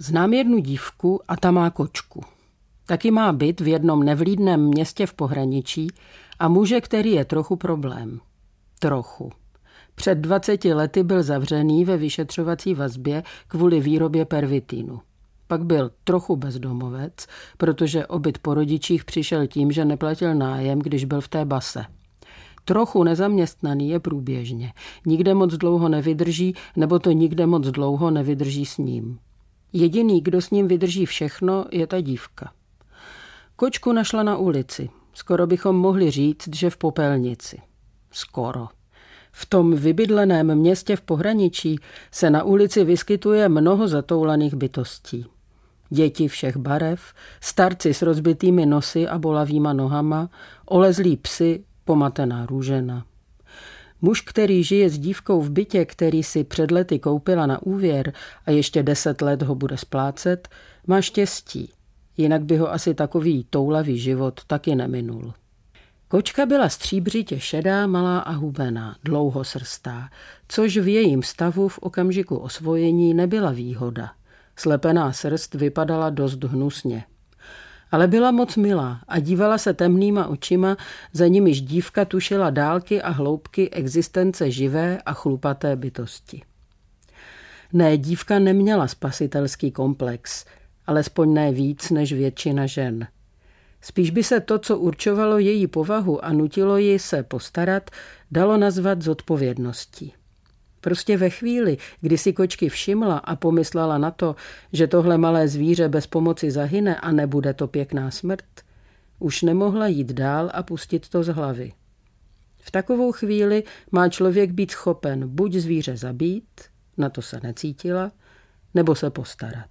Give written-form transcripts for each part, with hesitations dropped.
Znám jednu dívku a ta má kočku. Taky má byt v jednom nevlídném městě v pohraničí a muže, který je trochu problém. Trochu. Před 20 lety byl zavřený ve vyšetřovací vazbě kvůli výrobě pervitinu. Pak byl trochu bezdomovec, protože o byt po rodičích přišel tím, že neplatil nájem, když byl v té base. Trochu nezaměstnaný je průběžně. Nikde moc dlouho nevydrží, nebo to nikde moc dlouho nevydrží s ním. Jediný, kdo s ním vydrží všechno, je ta dívka. Kočku našla na ulici. Skoro bychom mohli říct, že v popelnici. Skoro. V tom vybydleném městě v pohraničí se na ulici vyskytuje mnoho zatoulaných bytostí. Děti všech barev, starci s rozbitými nosy a bolavýma nohama, olezlí psy, pomatená růžena. Muž, který žije s dívkou v bytě, který si před lety koupila na úvěr a ještě 10 let ho bude splácet, má štěstí. Jinak by ho asi takový toulavý život taky neminul. Kočka byla stříbřitě šedá, malá a hubená, dlouhosrstá, což v jejím stavu v okamžiku osvojení nebyla výhoda. Slepená srst vypadala dost hnusně. Ale byla moc milá a dívala se temnýma očima, za nimiž dívka tušila dálky a hloubky existence živé a chlupaté bytosti. Ne, dívka neměla spasitelský komplex, alespoň ne víc než většina žen. Spíš by se to, co určovalo její povahu a nutilo ji se postarat, dalo nazvat zodpovědností. Prostě ve chvíli, kdy si kočky všimla a pomyslela na to, že tohle malé zvíře bez pomoci zahyne a nebude to pěkná smrt, už nemohla jít dál a pustit to z hlavy. V takovou chvíli má člověk být schopen buď zvíře zabít, na to se necítila, nebo se postarat.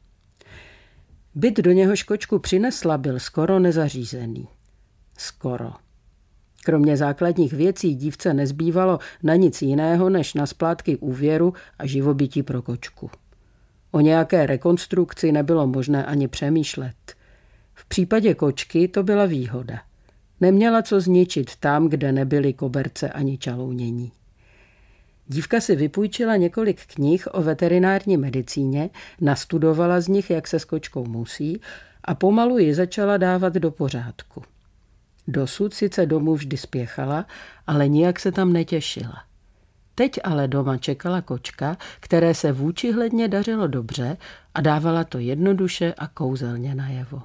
Byt, do něhož kočku přinesla, byl skoro nezařízený. Skoro. Kromě základních věcí dívce nezbývalo na nic jiného, než na splátky úvěru a živobytí pro kočku. O nějaké rekonstrukci nebylo možné ani přemýšlet. V případě kočky to byla výhoda. Neměla co zničit tam, kde nebyly koberce ani čalounění. Dívka si vypůjčila několik knih o veterinární medicíně, nastudovala z nich, jak se s kočkou musí, a pomalu ji začala dávat do pořádku. Dosud sice domů vždy spěchala, ale nijak se tam netěšila. Teď ale doma čekala kočka, které se vůčihledně dařilo dobře a dávala to jednoduše a kouzelně najevo.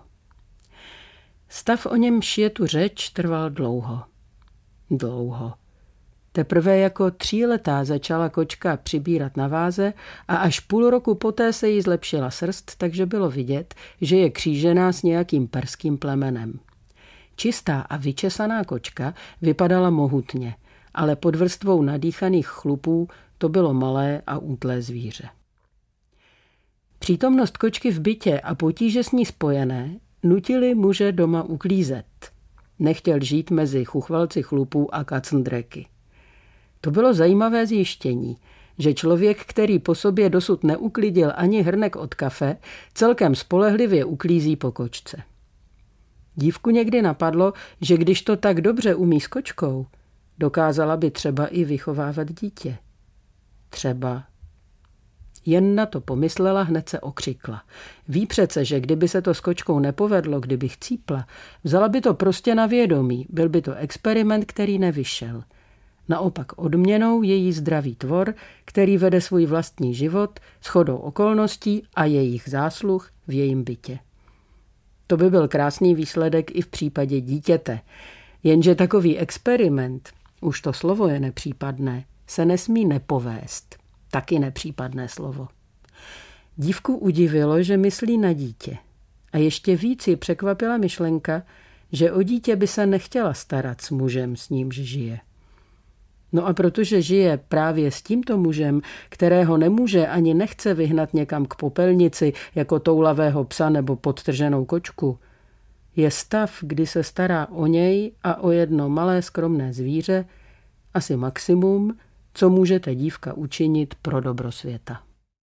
Stav, o němž je tu řeč, trval dlouho. Dlouho. Teprve jako 3letá začala kočka přibírat na váze a až půl roku poté se jí zlepšila srst, takže bylo vidět, že je křížená s nějakým perským plemenem. Čistá a vyčesaná kočka vypadala mohutně, ale pod vrstvou nadýchaných chlupů to bylo malé a útlé zvíře. Přítomnost kočky v bytě a potíže s ní spojené nutili muže doma uklízet. Nechtěl žít mezi chuchvalci chlupů a kacndreky. To bylo zajímavé zjištění, že člověk, který po sobě dosud neuklidil ani hrnek od kafe, celkem spolehlivě uklízí po kočce. Dívku někdy napadlo, že když to tak dobře umí s kočkou, dokázala by třeba i vychovávat dítě. Třeba. Jen na to pomyslela, hned se okřikla. Ví přece, že kdyby se to s kočkou nepovedlo, kdyby chcípla, vzala by to prostě na vědomí, byl by to experiment, který nevyšel. Naopak odměnou její zdravý tvor, který vede svůj vlastní život shodou okolností a jejich zásluh v jejím bytě. To by byl krásný výsledek i v případě dítěte. Jenže takový experiment, už to slovo je nepřípadné, se nesmí nepovést. Taky nepřípadné slovo. Dívku udivilo, že myslí na dítě. A ještě víc ji překvapila myšlenka, že o dítě by se nechtěla starat s mužem, s nímž žije. No a protože žije právě s tímto mužem, kterého nemůže ani nechce vyhnat někam k popelnici jako toulavého psa nebo podtrženou kočku, je stav, kdy se stará o něj a o jedno malé skromné zvíře, asi maximum, co můžete dívka učinit pro dobro světa.